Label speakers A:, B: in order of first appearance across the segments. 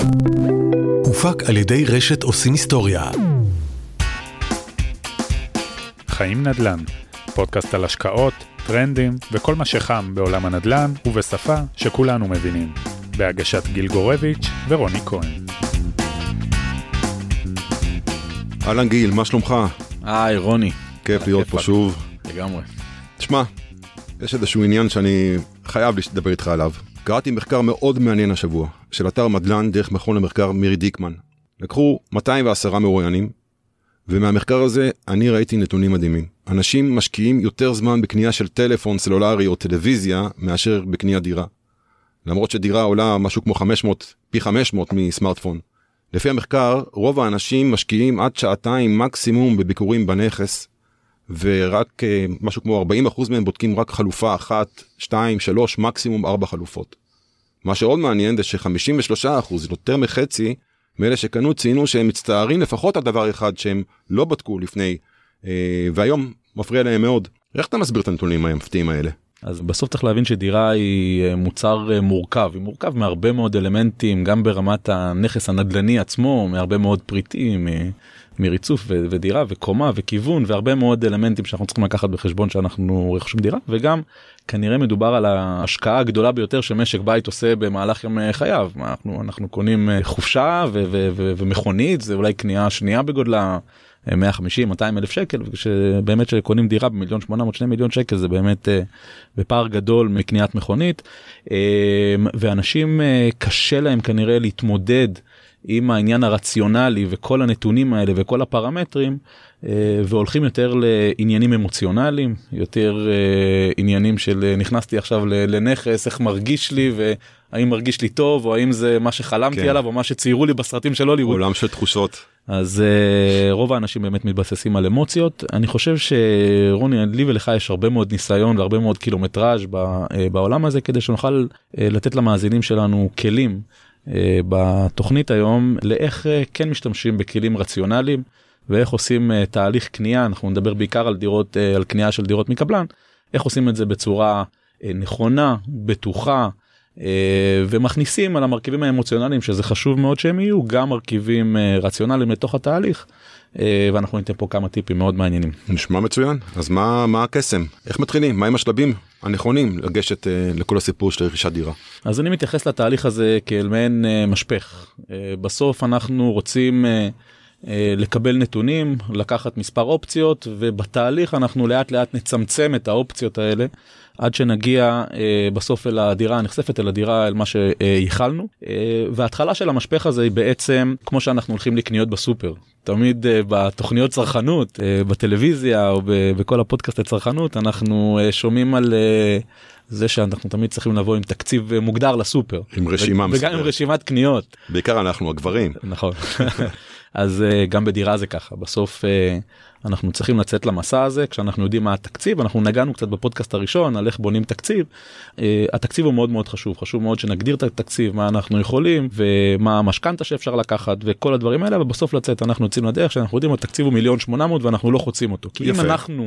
A: הופק על ידי רשת עושים היסטוריה.
B: חיים נדל"ן, פודקאסט על השקעות, טרנדים וכל מה שחם בעולם הנדל"ן ובשפה שכולנו מבינים. בהגשת גיל גורביץ' ורוני כהן.
C: אהלן גיל, מה שלומך?
D: היי רוני.
C: כיף להיות פה שוב.
D: לגמרי.
C: תשמע, יש איזשהו עניין שאני חייב לדבר איתך עליו. קראתי מחקר מאוד מעניין השבוע, של אתר מדלן דרך מכון למחקר מירי דיקמן. לקחו 210 מרואיינים, ומהמחקר הזה אני ראיתי נתונים מדהימים. אנשים משקיעים יותר זמן בקנייה של טלפון סלולרי או טלוויזיה מאשר בקנייה דירה. למרות שדירה עולה משהו כמו 500, פי 500 מסמארטפון. לפי המחקר, רוב האנשים משקיעים עד שעתיים מקסימום בביקורים בנכס, ורק משהו כמו 40% מהם בודקים רק חלופה 1, 2, 3, מקסימום 4 חלופות. מה שעוד מעניין זה ש53%, יותר מחצי, מאלה שקנו ציינו שהם מצטערים לפחות על דבר אחד שהם לא בדקו לפני, והיום מפריע להם מאוד. איך אתה מסביר את הנתונים המפתיעים האלה?
D: אז בסוף צריך להבין שדירה היא מוצר מורכב, היא מורכב מהרבה מאוד אלמנטים, גם ברמת הנכס הנדלני עצמו, מהרבה מאוד פריטים, מריצוף ודירה וקומה וכיוון, והרבה מאוד אלמנטים שאנחנו צריכים לקחת בחשבון שאנחנו רוכשים דירה, וגם כנראה מדובר על ההשקעה הגדולה ביותר שמשק בית עושה במהלך יום חייו. אנחנו קונים חופשה ומכונית, זה אולי קנייה שנייה בגודלה, 150-200 אלף שקל, ובאמת שקונים דירה ב1,800,000-2 מיליון שקל, זה באמת בפער גדול מקניית מכונית, ואנשים קשה להם כנראה להתמודד עם העניין הרציונלי וכל הנתונים האלה וכל הפרמטרים, והולכים יותר לעניינים אמוציונליים, יותר עניינים של נכנסתי עכשיו לנכס, איך מרגיש לי, והאם מרגיש לי טוב, או האם זה מה שחלמתי עליו, או מה שציירו לי בסרטים של הוליווד.
C: עולם של תחושות.
D: אז רוב האנשים באמת מתבססים על אמוציות. אני חושב שרוני, לי ולך יש הרבה מאוד ניסיון והרבה מאוד קילומטראז' בעולם הזה, כדי שנוכל לתת למאזינים שלנו כלים בתוכנית היום, לאיך כן משתמשים בכלים רציונליים, ואיך עושים תהליך קנייה. אנחנו נדבר בעיקר על דירות, על קנייה של דירות מקבלן, איך עושים את זה בצורה נכונה, בטוחה, ומכניסים על המרכיבים האמוציונליים, שזה חשוב מאוד שהם יהיו גם מרכיבים רציונליים לתוך התהליך, ואנחנו ניתן פה כמה טיפים מאוד מעניינים.
C: נשמע מצוין. אז מה הקסם? איך מתחילים? מה הם השלבים הנכונים לגשת לכל הסיפור של רכישת דירה?
D: אז אני מתייחס לתהליך הזה כאל מעין משפך. בסוף אנחנו רוצים לקבל נתונים, לקחת מספר אופציות, ובתהליך אנחנו לאט לאט נצמצם את האופציות האלה, עד שנגיע בסוף אל הדירה הנחשפת, אל הדירה, אל מה שיחלנו. וההתחלה של המשפך הזה היא בעצם כמו שאנחנו הולכים לקניות בסופר. תמיד בתוכניות צרכנות, בטלוויזיה או בכל הפודקאסט הצרכנות, אנחנו שומעים על זה שאנחנו תמיד צריכים לבוא עם תקציב מוגדר לסופר. עם
C: רשימה מספר.
D: וגם עם רשימת קניות.
C: בעיקר אנחנו הגברים.
D: נכון. אז גם בדירה זה ככה. בסוף אנחנו צריכים לצאת למסע הזה, כשאנחנו יודעים מה התקציב, אנחנו נגענו קצת בפודקאסט הראשון, על איך בונים תקציב. התקציב הוא מאוד מאוד חשוב, חשוב מאוד שנגדיר את התקציב, מה אנחנו יכולים, ומה המשכנתא שאפשר לקחת, וכל הדברים האלה, ובסוף לצאת אנחנו יוצאים לדרך, שאנחנו יודעים, התקציב הוא 1,800,000 ואנחנו לא חוצים אותו. כי אם אנחנו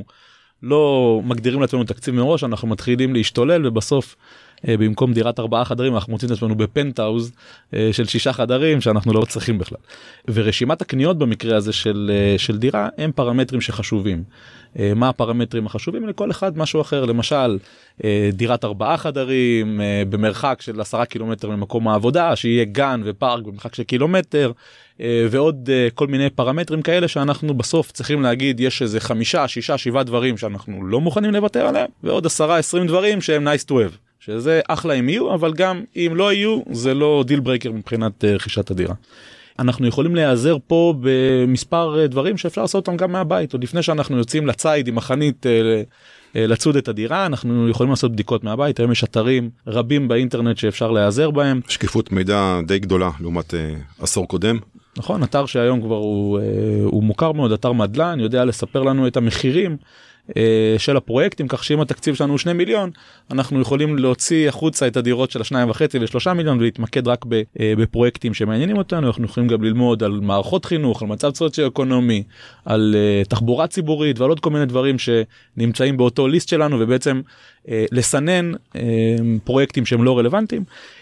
D: לא מגדירים לעצמנו תקציב מראש, אנחנו מתחילים להשתולל, ובסוף במקום דירת 4 חדרים, אנחנו מוצאים את עצמנו בפנטהאוז של 6 חדרים, שאנחנו לא צריכים בכלל. ורשימת הקניות במקרה הזה של דירה, הם פרמטרים שחשובים. מה הפרמטרים החשובים? לכל אחד משהו אחר. למשל, דירת 4 חדרים, במרחק של 10 קילומטר ממקום העבודה, שיהיה גן ופארק במרחק של קילומטר, ועוד כל מיני פרמטרים כאלה שאנחנו בסוף צריכים להגיד, יש איזה 5, 6, 7 דברים שאנחנו לא מוכנים לוותר עליהם, ועוד 10, 20 דברים שהם nice to have. שזה אחלה אם יהיו, אבל גם אם לא יהיו, זה לא דיל ברייקר מבחינת רכישת הדירה. אנחנו יכולים להיעזר פה במספר דברים שאפשר לעשות אותם גם מהבית, עוד לפני שאנחנו יוצאים לצייד עם החנית לצוד את הדירה, אנחנו יכולים לעשות בדיקות מהבית. היום יש אתרים רבים באינטרנט שאפשר להיעזר בהם.
C: שקיפות מידע די גדולה לעומת עשור קודם.
D: נכון, אתר שהיום כבר הוא מוכר מאוד, אתר מדלן, יודע לספר לנו את המחירים של הפרויקטים, כך שאם התקציב שלנו הוא 2 מיליון, אנחנו יכולים להוציא החוצה את הדירות של 2.5 ו3 מיליון ולהתמקד רק בפרויקטים שמעניינים אותנו. אנחנו יכולים גם ללמוד על מערכות חינוך, על מצב סוציו-אקונומי, על תחבורה ציבורית ועל עוד כל מיני דברים שנמצאים באותו ליסט שלנו, ובעצם לסנן פרויקטים שהם לא רלוונטיים.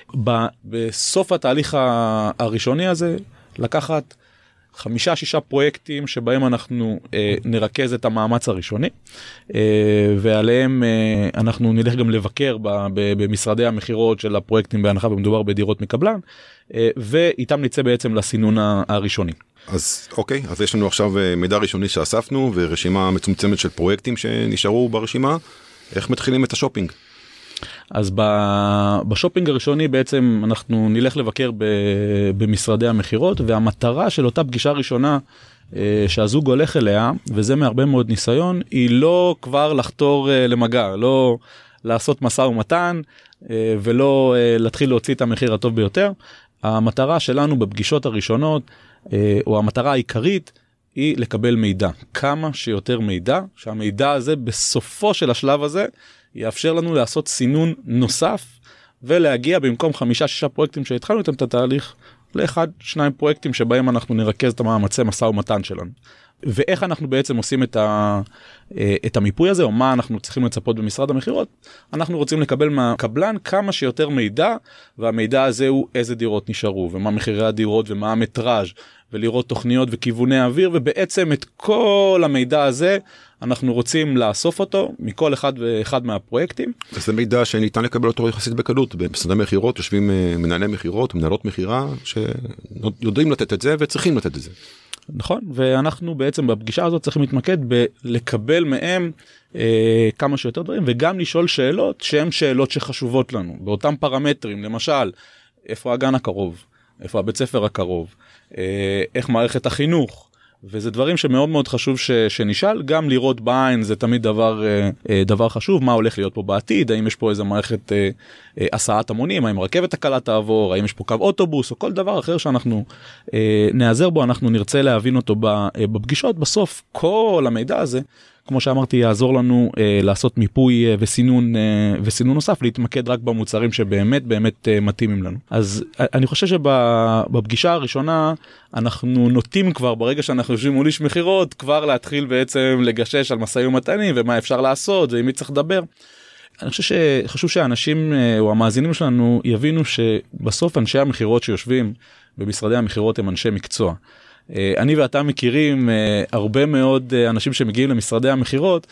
D: בסוף התהליך הראשוני הזה, לקחת 5-6 פרויקטים שבהם אנחנו נרכז את המאמץ הראשוני, ועליהם אנחנו נלך גם לבקר במשרדי המחירות של הפרויקטים בהנחה ומדובר בדירות מקבלן, ואיתם נצא בעצם לסינון הראשוני.
C: אז אוקיי, אז יש לנו עכשיו מידע ראשוני שאספנו ורשימה מצומצמת של פרויקטים שנשארו ברשימה. איך מתחילים את השופינג?
D: אז בשופינג הראשוני בעצם אנחנו נלך לבקר במשרדי המחירות, והמטרה של אותה פגישה ראשונה שהזוג הולך אליה, וזה מהרבה מאוד ניסיון, היא לא כבר לחתור למגע, לא לעשות משא ומתן, ולא להתחיל להוציא את המחיר הטוב ביותר. המטרה שלנו בפגישות הראשונות, או המטרה העיקרית, היא לקבל מידע. כמה שיותר מידע, שהמידע הזה בסופו של השלב הזה, יאפשר לנו לעשות סינון נוסף, ולהגיע במקום 5-6 פרויקטים שהתחלנו איתם את התהליך, ל1-2 פרויקטים שבהם אנחנו נרכז את המאמצי משא ומתן שלנו. ואיך אנחנו בעצם עושים את המיפוי הזה, או מה אנחנו צריכים לצפות במשרד המחירות? אנחנו רוצים לקבל מהקבלן כמה שיותר מידע, והמידע הזה הוא איזה דירות נשארו, ומה מחירי הדירות, ומה המטראז', ולראות תוכניות וכיווני אוויר, ובעצם את כל המידע הזה, אנחנו רוצים לאסוף אותו מכל אחד ואחד מהפרויקטים.
C: זה מידע שניתן לקבל אותו יחסית בקלות. במשרדי מחירות יושבים מנהלי מחירות, מנהלות מחירה, שיודעים לתת את זה וצריכים לתת את זה.
D: נכון, ואנחנו בעצם בפגישה הזאת צריכים להתמקד בלקבל מהם כמה שיותר דברים, וגם לשאול שאלות שהן שאלות שחשובות לנו, באותם פרמטרים, למשל, איפה הגן הקרוב, איפה הבית ספר הקרוב, איך מערכת החינוך, וזה דברים שמאוד מאוד חשוב שנשאל, גם לראות בעין זה תמיד דבר חשוב, מה הולך להיות פה בעתיד, האם יש פה איזה מערכת הסעת המונים, האם רכבת הקלה תעבור, האם יש פה קו אוטובוס, או כל דבר אחר שאנחנו נעזר בו, אנחנו נרצה להבין אותו בפגישות. בסוף כל המידע הזה, כמו שאמרתי, יעזור לנו לעשות מיפוי וסינון נוסף, להתמקד רק במוצרים שבאמת באמת מתאימים לנו. אז אני חושב שבפגישה הראשונה אנחנו נוטים כבר, ברגע שאנחנו יושבים מול איש מחירות, כבר להתחיל בעצם לגשש על משאים ומתנים ומה אפשר לעשות ועם מי צריך לדבר. אני חושב שחשוב שהאנשים או המאזינים שלנו יבינו שבסוף אנשי המחירות שיושבים במשרדי המחירות הם אנשי מקצוע. אני ואתה מכירים הרבה מאוד אנשים שמגיעים למשרדי המחירות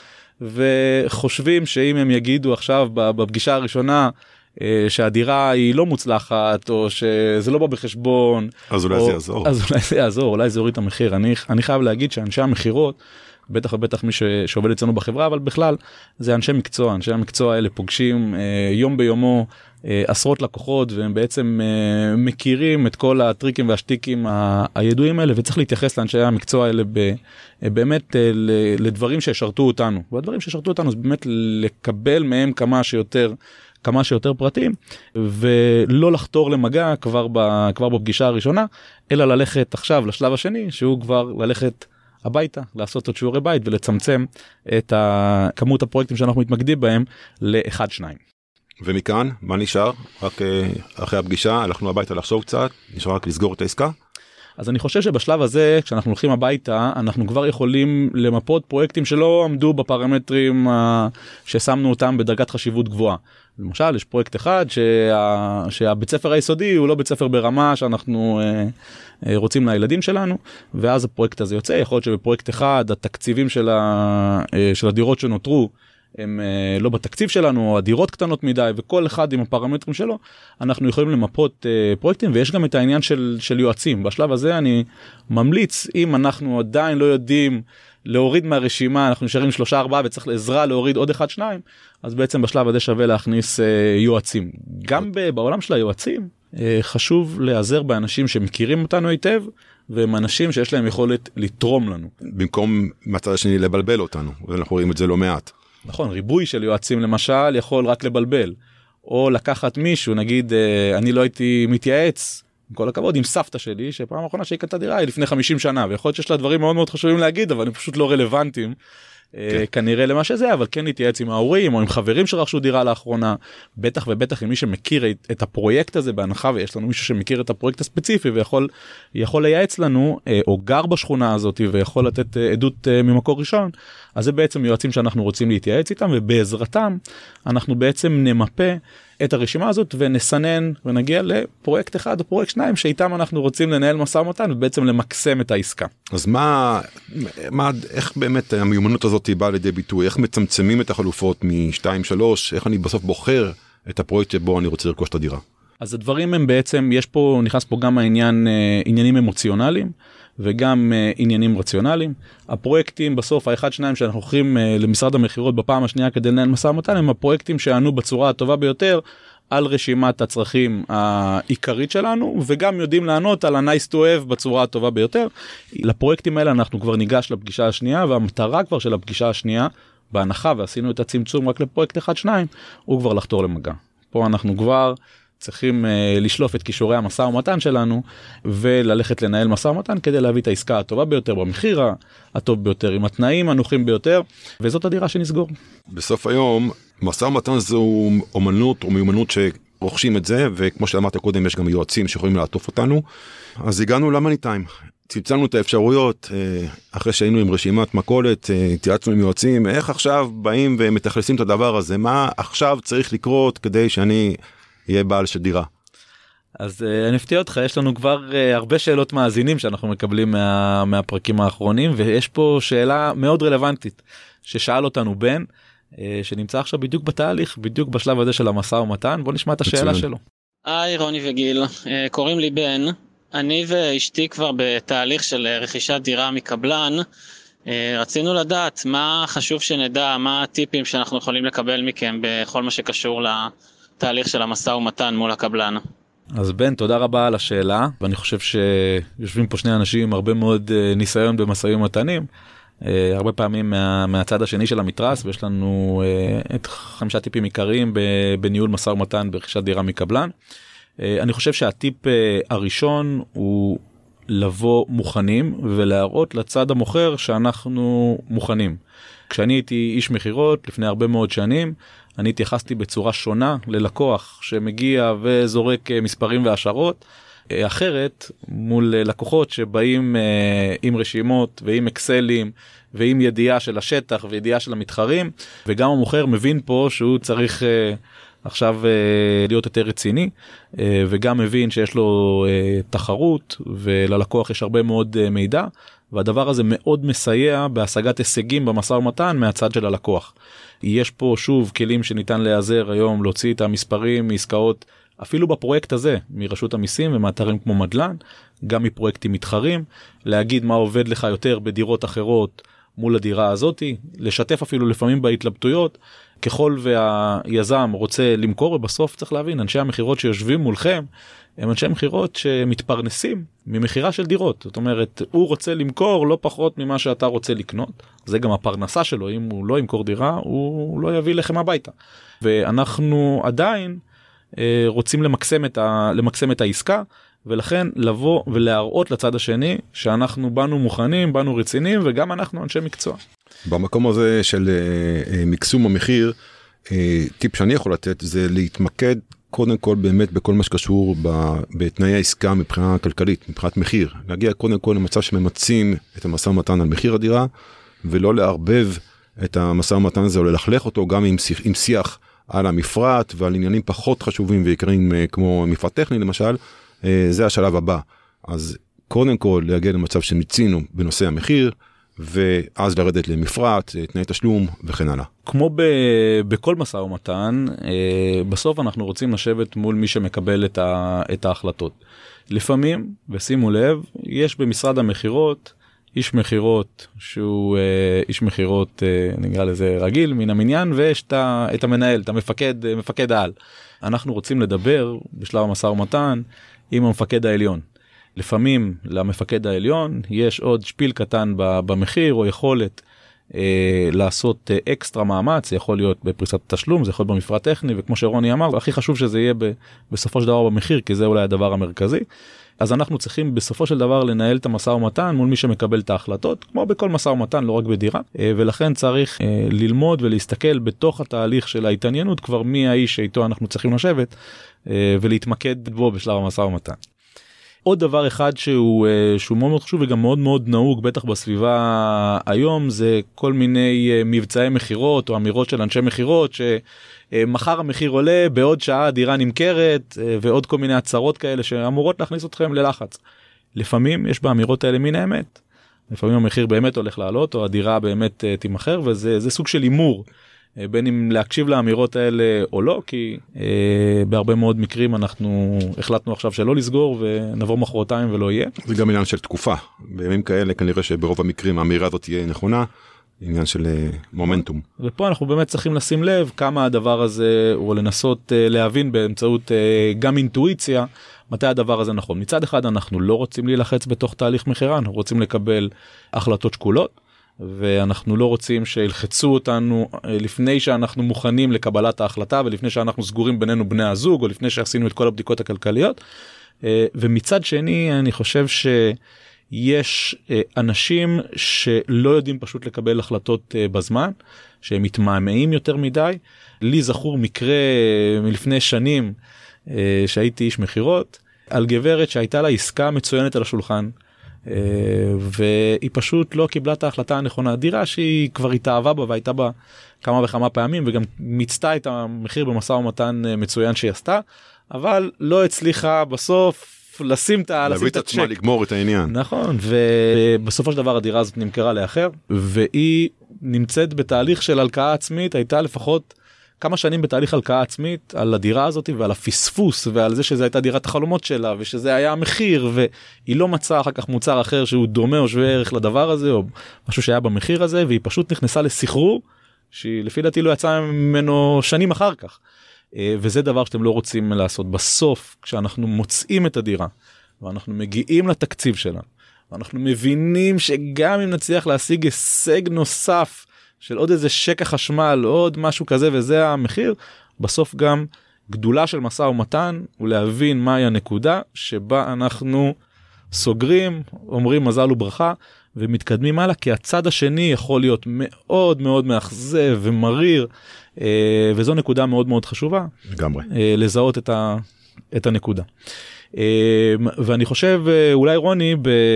D: וחושבים שאם הם יגידו עכשיו בפגישה הראשונה שהדירה היא לא מוצלחת או שזה לא בא בחשבון,
C: אז אולי זה יעזור.
D: אז אולי זה יעזור, אולי זה יוריד את המחיר. אני חייב להגיד שאנשי המחירות, בטח מי שעובד אצלנו בחברה, אבל בכלל זה אנשי מקצוע. אנשי המקצוע האלה פוגשים יום ביומו עשרות לקוחות, והם בעצם מכירים את כל הטריקים והשטיקים הידועים האלה, וצריך להתייחס לאנשי המקצוע האלה באמת לדברים שישרתו אותנו. והדברים שישרתו אותנו זה באמת לקבל מהם כמה שיותר פרטים, ולא לחתור למגע כבר בפגישה הראשונה, אלא ללכת עכשיו לשלב השני, שהוא כבר ללכת הביתה, לעשות עוד שיעורי בית ולצמצם את כמות הפרויקטים שאנחנו מתמקדים בהם ל1-2.
C: ומכאן, מה נשאר? רק אחרי הפגישה, הלכנו הביתה לחשוב קצת, נשאר רק לסגור את העסקה?
D: אז אני חושב שבשלב הזה, כשאנחנו הולכים הביתה, אנחנו כבר יכולים למפות פרויקטים שלא עמדו בפרמטרים ששמנו אותם בדרגת חשיבות גבוהה. למשל, יש פרויקט אחד שהבית ספר היסודי הוא לא בית ספר ברמה שאנחנו רוצים לילדים שלנו, ואז הפרויקט הזה יוצא. יכול להיות שבפרויקט אחד, התקציבים של הדירות שנותרו, הם לא בתקציב שלנו, או הדירות קטנות מדי, וכל אחד עם הפרמטרים שלו, אנחנו יכולים למפות פרויקטים, ויש גם את העניין של יועצים. בשלב הזה אני ממליץ, אם אנחנו עדיין לא יודעים להוריד מהרשימה, אנחנו נשארים 3-4 וצריך עזרה להוריד עוד 1-2, אז בעצם בשלב הזה שווה להכניס יועצים. גם בעולם של היועצים, חשוב להיעזר באנשים שמכירים אותנו היטב, והם אנשים שיש להם יכולת לתרום לנו.
C: במקום מצד השני לבלבל אותנו, ואנחנו רואים את זה לא מעט.
D: נכון, ריבוי של יועצים למשל יכול רק לבלבל, או לקחת מישהו, נגיד אני לא הייתי מתייעץ, עם כל הכבוד, עם סבתא שלי, שפעם האחרונה שהיא קנתה דירה היא לפני 50 שנה, ויכול להיות שיש לה דברים מאוד מאוד חשובים להגיד, אבל הם פשוט לא רלוונטיים, כנראה למה שזה, אבל כן להתייעץ עם ההורים או עם חברים שרכשו דירה לאחרונה, בטח ובטח עם מי שמכיר את הפרויקט הזה, בהנחה ויש לנו מישהו שמכיר את הפרויקט הספציפי ויכול לייעץ לנו, או גר בשכונה הזאת ויכול לתת עדות ממקור ראשון, אז זה בעצם יועצים שאנחנו רוצים להתייעץ איתם, ובעזרתם אנחנו בעצם נמפה את הרשימה הזאת ונסנן ונגיע לפרויקט אחד או פרויקט שניים שאיתם אנחנו רוצים לנהל משא ומתן ובעצם למקסם את העסקה.
C: אז איך באמת המיומנות הזאת באה לידי ביטוי? איך מצמצמים את החלופות מ-2-3? איך אני בסוף בוחר את הפרויקט שבו אני רוצה לרכוש את הדירה?
D: אז הדברים הם בעצם, נכנס פה גם עניינים אמוציונליים וגם עניינים רציונליים. הפרויקטים בסוף, האחד-שניים שאנחנו הולכים למשרד המחירות בפעם השנייה כדי לנהל משא ומתן, הם הפרויקטים שענו בצורה הטובה ביותר על רשימת הצרכים העיקרית שלנו, וגם יודעים לענות על ה-nice to have בצורה הטובה ביותר. לפרויקטים האלה אנחנו כבר ניגש לפגישה השנייה, והמטרה כבר של הפגישה השנייה, בהנחה ועשינו את הצמצום רק לפרויקט 1-2, הוא כבר לחתור למגע. פה אנחנו כבר צריכים לשלוף את כישורי המשא ומתן שלנו, וללכת לנהל משא ומתן כדי להביא את העסקה הטובה ביותר, במחיר הטוב ביותר, עם התנאים הנוחים ביותר, וזאת הדירה שנסגור. בסוף
C: היום, משא ומתן זו אומנות או מיומנות שרוכשים את זה, וכמו שאמרת קודם, יש גם יועצים שיכולים לעטוף אותנו. אז הגענו למאני טיים. צמצמנו את האפשרויות, אחרי שהיינו עם רשימת מכולת, התייעצנו עם יועצים, איך עכשיו באים ומתכלסים את הדבר הזה? מה עכשיו צריך לקרות כדי שאני יהיה בעל של דירה?
D: אז אני אפתיע אותך, יש לנו כבר הרבה שאלות מאזינים שאנחנו מקבלים מהפרקים האחרונים, ויש פה שאלה מאוד רלוונטית ששאל אותנו בן, שנמצא עכשיו בדיוק בתהליך, בדיוק בשלב הזה של המשא ומתן. בוא נשמע את השאלה שלו.
E: היי רוני וגיל, קוראים לי בן, אני ואשתי כבר בתהליך של רכישת דירה מקבלן. רצינו לדעת מה חשוב שנדע, מה הטיפים שאנחנו יכולים לקבל מכם בכל מה שקשור לתהליך של המשא ומתן מול הקבלן.
D: אז בן, תודה רבה על השאלה, ואני חושב שיושבים פה שני אנשים עם הרבה מאוד ניסיון במשאים ומתנים, הרבה פעמים מהצד השני של המתרס, ויש לנו את 5 טיפים עיקריים בניהול משא ומתן ברכישת דירה מקבלן. אני חושב שהטיפ הראשון הוא לבוא מוכנים ולהראות לצד המוכר שאנחנו מוכנים. כשאני הייתי איש מחירות לפני הרבה מאוד שנים, אני התייחסתי בצורה שונה ללקוח שמגיע וזורק מספרים והשערות, אחרת מול לקוחות שבאים עם רשימות ועם אקסלים ועם ידיעה של השטח וידיעה של המתחרים, וגם המוכר מבין פה שהוא צריך עכשיו להיות יותר רציני, וגם מבין שיש לו תחרות וללקוח יש הרבה מאוד מידע, והדבר הזה מאוד מסייע בהשגת הישגים במשא ומתן מהצד של הלקוח. יש פה שוב כלים שניתן להיעזר היום, להוציא את המספרים מעסקאות, אפילו בפרויקט הזה, מרשות המיסים ומאתרים כמו מדלן, גם מפרויקטים מתחרים, להגיד מה עובד לך יותר בדירות אחרות מול הדירה הזאת, לשתף אפילו לפעמים בהתלבטויות, ככל והיזם רוצה למכור, ובסוף צריך להבין, אנשי המחירות שיושבים מולכם, הם אנשי מחירות שמתפרנסים ממחירה של דירות. זאת אומרת, הוא רוצה למכור לא פחות ממה שאתה רוצה לקנות. זה גם הפרנסה שלו, אם הוא לא ימכור דירה, הוא לא יביא לכם הביתה. ואנחנו עדיין רוצים למקסם את העסקה, ולכן לבוא ולהראות לצד השני שאנחנו באנו מוכנים, באנו רציניים, וגם אנחנו אנשי מקצוע.
C: במקום הזה של מקסום המחיר, טיפ שאני יכול לתת זה להתמקד קודם כל באמת בכל מה שקשור בתנאי העסקה מבחינה כלכלית, מבחינת מחיר. להגיע קודם כל למצב שממצים את המשא ומתן על מחיר הדירה, ולא לערבב את המשא ומתן הזה או ללכלך אותו גם עם שיח על המפרט ועל עניינים פחות חשובים ויקרים כמו מפרט טכני למשל. זה השלב הבא. אז קודם כל להגיע למצב שמיצינו בנושא המחיר, ואז לרדת למפרט, תנאי תשלום וכן הלאה.
D: כמו בכל משא ומתן, בסוף אנחנו רוצים לשבת מול מי שמקבל את ההחלטות. לפעמים, ושימו לב, יש במשרד המחירות, איש מחירות שהוא איש מחירות, נקרא לזה רגיל מן המניין, ויש את המנהל, את מפקד העל. אנחנו רוצים לדבר בשלב המשא ומתן עם המפקד העליון. לפעמים למפקד העליון יש עוד שפיל קטן במחיר או יכולת לעשות אקסטרה מאמץ, זה יכול להיות בפריסת תשלום, זה יכול להיות במפרט טכני, וכמו שרוני אמר, הכי חשוב שזה יהיה בסופו של דבר במחיר, כי זה אולי הדבר המרכזי. אז אנחנו צריכים בסופו של דבר לנהל את המשא ומתן מול מי שמקבל את ההחלטות, כמו בכל משא ומתן, לא רק בדירה, ולכן צריך ללמוד ולהסתכל בתוך התהליך של ההתעניינות, כבר מי האיש שאיתו אנחנו צריכים לשבת, ולהתמקד בו בשלב המשא ומתן. עוד דבר אחד שהוא מאוד מאוד חשוב וגם מאוד מאוד נהוג, בטח בסביבה היום, זה כל מיני מבצעי מחירות או אמירות של אנשי מחירות, שמחר המחיר עולה, בעוד שעה הדירה נמכרת, ועוד כל מיני הצהרות כאלה שאמורות להכניס אתכם ללחץ. לפעמים יש באמירות האלה מן האמת. לפעמים המחיר באמת הולך לעלות, או הדירה באמת תימכר, וזה סוג של אימור. בין אם להקשיב לאמירות האלה או לא, כי בהרבה מאוד מקרים אנחנו החלטנו עכשיו שלא לסגור ונבוא מחרתיים ולא יהיה.
C: זה גם עניין של תקופה. בימים כאלה כנראה שברוב המקרים האמירה הזאת תהיה נכונה, עניין של מומנטום.
D: ופה אנחנו באמת צריכים לשים לב כמה הדבר הזה, או לנסות להבין באמצעות גם אינטואיציה, מתי הדבר הזה נכון. מצד אחד אנחנו לא רוצים להילחץ בתוך תהליך מחירה, אנחנו רוצים לקבל החלטות שקולות, ואנחנו לא רוצים שילחצו אותנו לפני שאנחנו מוכנים לקבלת ההחלטה, ולפני שאנחנו סגורים בינינו בני הזוג, או לפני שעשינו את כל הבדיקות הכלכליות. ומצד שני, אני חושב שיש אנשים שלא יודעים פשוט לקבל החלטות בזמן, שהם מתמהמהים יותר מדי. לי זכור מקרה מלפני שנים, שהייתי איש מחירות, על גברת שהייתה לה עסקה מצוינת על השולחן, והיא פשוט לא קיבלה את ההחלטה הנכונה. דירה שהיא כבר התאהבה בה והייתה בה כמה וכמה פעמים, וגם מיצתה את המחיר במשא ומתן מצוין שהיא עשתה, אבל לא הצליחה בסוף לשים את הצ'ק.
C: להביא את עצמה לגמור את העניין.
D: נכון, ובסופו של דבר הדירה הזאת נמכרה לאחר, והיא נמצאת בתהליך של הלקאה עצמית, הייתה לפחות כמה שנים בתהליך הלקאה עצמית על הדירה הזאת ועל הפספוס ועל זה שזה הייתה דירת החלומות שלה ושזה היה המחיר, והיא לא מצאה אחר כך מוצר אחר שהוא דומה או שווה ערך לדבר הזה או משהו שהיה במחיר הזה, והיא פשוט נכנסה לסחרור שהיא לפי דעתי לא יצאה ממנו שנים אחר כך. וזה דבר שאתם לא רוצים לעשות. בסוף כשאנחנו מוצאים את הדירה ואנחנו מגיעים לתקציב שלה ואנחנו מבינים שגם אם נצליח להשיג הישג נוסף של עוד איזה שקע חשמל, עוד משהו כזה, וזה המחיר, בסוף גם גדולה של משא ומתן, ולהבין מהי הנקודה שבה אנחנו סוגרים, אומרים מזל וברכה, ומתקדמים הלאה, כי הצד השני יכול להיות מאוד מאוד מאכזב ומריר, וזו נקודה מאוד מאוד חשובה.
C: לגמרי.
D: לזהות את הנקודה. ואני חושב, אולי רוני,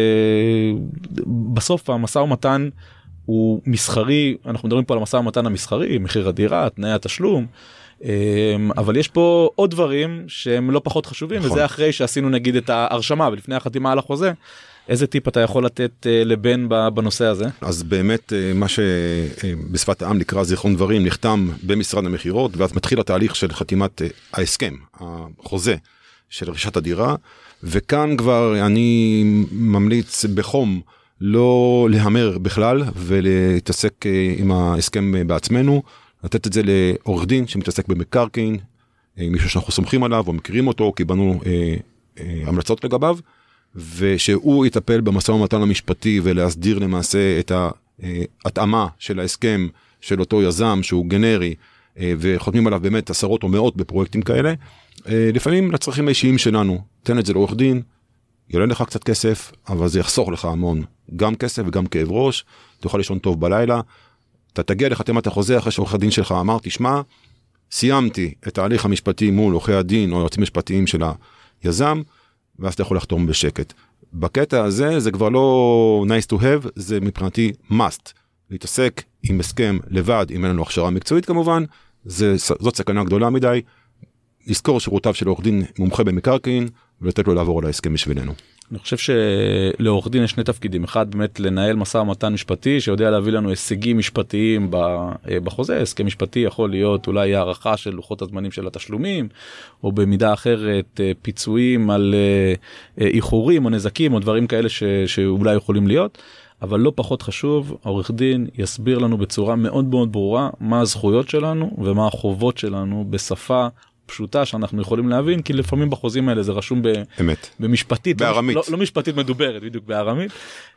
D: בסוף המשא ומתן, הוא מסחרי, אנחנו מדברים פה על המשא ומתן המסחרי, מחיר הדירה, תנאי התשלום, אבל יש פה עוד דברים שהם לא פחות חשובים, וזה אחרי שעשינו נגיד את ההרשמה ולפני החתימה על החוזה. איזה טיפ אתה יכול לתת לבן בנושא הזה?
C: אז באמת מה שבשפת העם נקרא זיכרון דברים נחתם במשרד המחירות, ואז מתחיל התהליך של חתימת ההסכם, החוזה של רכישת הדירה, וכאן כבר אני ממליץ בחום לא להמר בכלל ולהתעסק עם ההסכם בעצמנו, לתת את זה לעורך דין שמתעסק במקרקעין, מישהו שאנחנו סומכים עליו או מכירים אותו, קיבלנו המלצות לגביו, ושהוא יטפל במשא ומתן המשפטי ולהסדיר למעשה את ההתאמה של ההסכם של אותו יזם שהוא גנרי, וחותמים עליו באמת עשרות או מאות בפרויקטים כאלה. לפעמים לצרכים האישיים שלנו, תן את זה לעורך דין, יעלה לך קצת כסף, אבל זה יחסוך לך המון, גם כסף וגם כאב ראש, תוכל לישון טוב בלילה, אתה תגיע לחתימת החוזה אחרי שעורך הדין שלך אמר, תשמע, סיימתי את ההליך המשפטי מול עורכי הדין או יועצים משפטיים של היזם, ואז אתה יכול לחתום בשקט. בקטע הזה זה כבר לא nice to have, זה מבחינתי must. להתעסק עם הסכם לבד, אם אין לנו הכשרה מקצועית כמובן, זאת סכנה גדולה מדי, לזכור שירותיו של עורך דין מומחה במקרקעין, ולתת לו לעבור על ההסכם בשבילנו.
D: אני חושב שלעורך דין יש שני תפקידים. אחד, באמת לנהל משא ומתן משפטי, שיודע להביא לנו הישגים משפטיים בחוזה. הסכם משפטי יכול להיות אולי הערכה של לוחות הזמנים של התשלומים, או במידה אחרת פיצויים על איחורים או נזקים, או דברים כאלה שאולי יכולים להיות. אבל לא פחות חשוב, העורך דין יסביר לנו בצורה מאוד מאוד ברורה מה הזכויות שלנו ומה החובות שלנו בשפה פשוטה שאנחנו יכולים להבין, כי לפעמים בחוזים האלה זה רשום במשפטית,
C: בארמית.
D: לא משפטית מדוברת, בדיוק בארמית,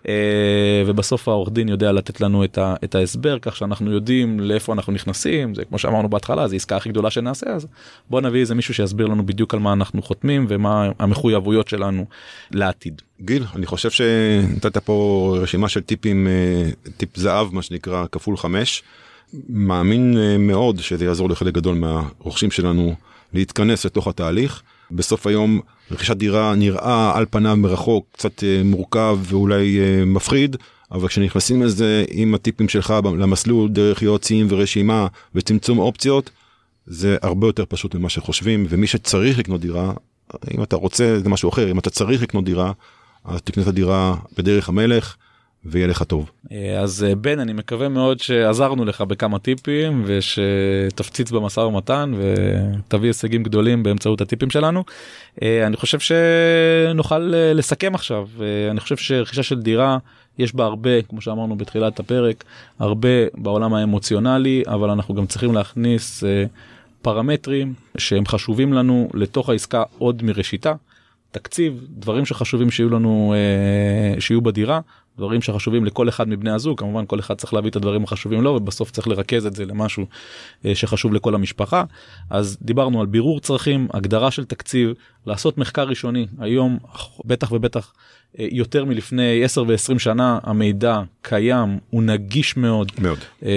D: ובסוף העורך דין יודע לתת לנו את ההסבר, כך שאנחנו יודעים לאיפה אנחנו נכנסים, זה כמו שאמרנו בהתחלה, זה עסקה הכי גדולה שנעשה, אז בוא נביא איזה מישהו שיסביר לנו בדיוק על מה אנחנו חותמים, ומה המחויבויות שלנו לעתיד.
C: גיל, אני חושב שנתת פה רשימה של טיפים, טיפ זהב, מה שנקרא, כפול 5, מאמין מאוד שזה יעזור לחלק גדול מהרוכשים שלנו להתכנס לתוך התהליך. בסוף היום רכישת דירה נראה על פניו מרחוק קצת מורכב ואולי מפחיד, אבל כשנכנסים לזה עם הטיפים שלך למסלול דרך יועצים ורשימה וצמצום אופציות, זה הרבה יותר פשוט ממה שחושבים, ומי שצריך לקנות דירה, אם אתה רוצה זה משהו אחר, אם אתה צריך לקנות דירה, אז תקנה את הדירה בדרך המלך, ויהיה לך טוב.
D: אז בן, אני מקווה מאוד שעזרנו לך בכמה טיפים, ושתפציץ במשא ומתן, ותביא הישגים גדולים באמצעות הטיפים שלנו. אני חושב שנוכל לסכם עכשיו. אני חושב שרכישה של דירה, יש בה הרבה, כמו שאמרנו בתחילת הפרק, הרבה בעולם האמוציונלי, אבל אנחנו גם צריכים להכניס פרמטרים שהם חשובים לנו לתוך העסקה עוד מראשיתה. תקציב, דברים שחשובים שיהיו לנו, שיהיו בדירה, דברים שחשובים לכל אחד מבני הזוג, כמובן כל אחד צריך להביא את הדברים החשובים לו, ובסוף צריך לרכז את זה למשהו שחשוב לכל המשפחה. אז דיברנו על בירור צרכים, הגדרה של תקציב, לעשות מחקר ראשוני. היום, בטח ובטח, יותר מלפני 10 ו-20 שנה, המידע קיים, הוא נגיש מאוד.
C: מאוד.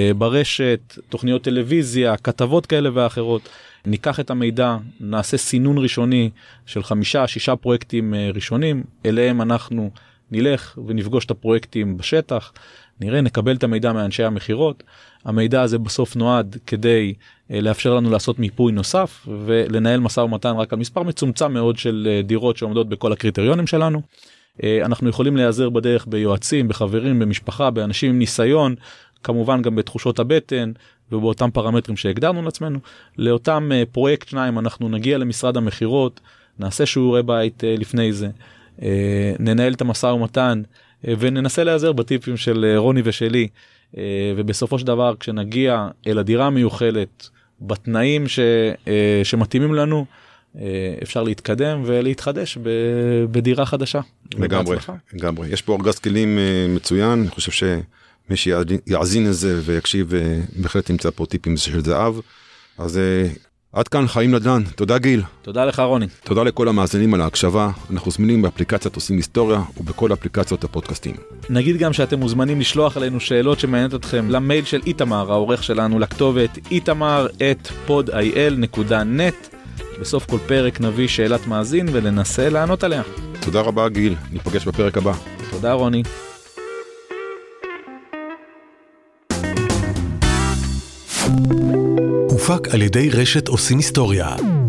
D: ברשת, תוכניות טלוויזיה, כתבות כאלה ואחרות. ניקח את המידע, נעשה סינון ראשוני של 5-6 פרויקטים ראשונים, אליהם אנחנו נלך ונפגוש את הפרויקטים בשטח, נראה, נקבל את המידע מאנשי המחירות, המידע הזה בסוף נועד כדי לאפשר לנו לעשות מיפוי נוסף, ולנהל משא ומתן רק על מספר מצומצם מאוד של דירות שעומדות בכל הקריטריונים שלנו. אנחנו יכולים להיעזר בדרך ביועצים, בחברים, במשפחה, באנשים עם ניסיון, כמובן גם בתחושות הבטן, ובאותם פרמטרים שהגדרנו לעצמנו. לאותם פרויקט 2 אנחנו נגיע למשרד המחירות, נעשה שיעורי בית לפני זה, ננהל את המשא ומתן, וננסה להיעזר בטיפים של רוני ושלי, ובסופו של דבר כשנגיע אל הדירה המיוחלת, בתנאים שמתאימים לנו, אפשר להתקדם ולהתחדש בדירה חדשה.
C: לגמרי, לגמרי. יש פה ארגז כלים מצוין, אני חושב שמי שיאזין לזה ויקשיב, בהחלט ימצא פה טיפים של זהב. אז עד כאן חיים נדל"ן. תודה גיל.
D: תודה לך רוני.
C: תודה לכל המאזינים על ההקשבה. אנחנו זמינים באפליקציית עושים היסטוריה ובכל אפליקציות הפודקאסטים.
D: נגיד גם שאתם מוזמנים לשלוח עלינו שאלות שמעניינות אתכם למייל של איתמר, העורך שלנו, לכתובת itamar@podil.net. בסוף כל פרק נביא שאלת מאזין וננסה לענות עליה.
C: תודה רבה גיל, ניפגש בפרק הבא.
D: תודה רוני.
A: הופק על ידי רשת עושים היסטוריה.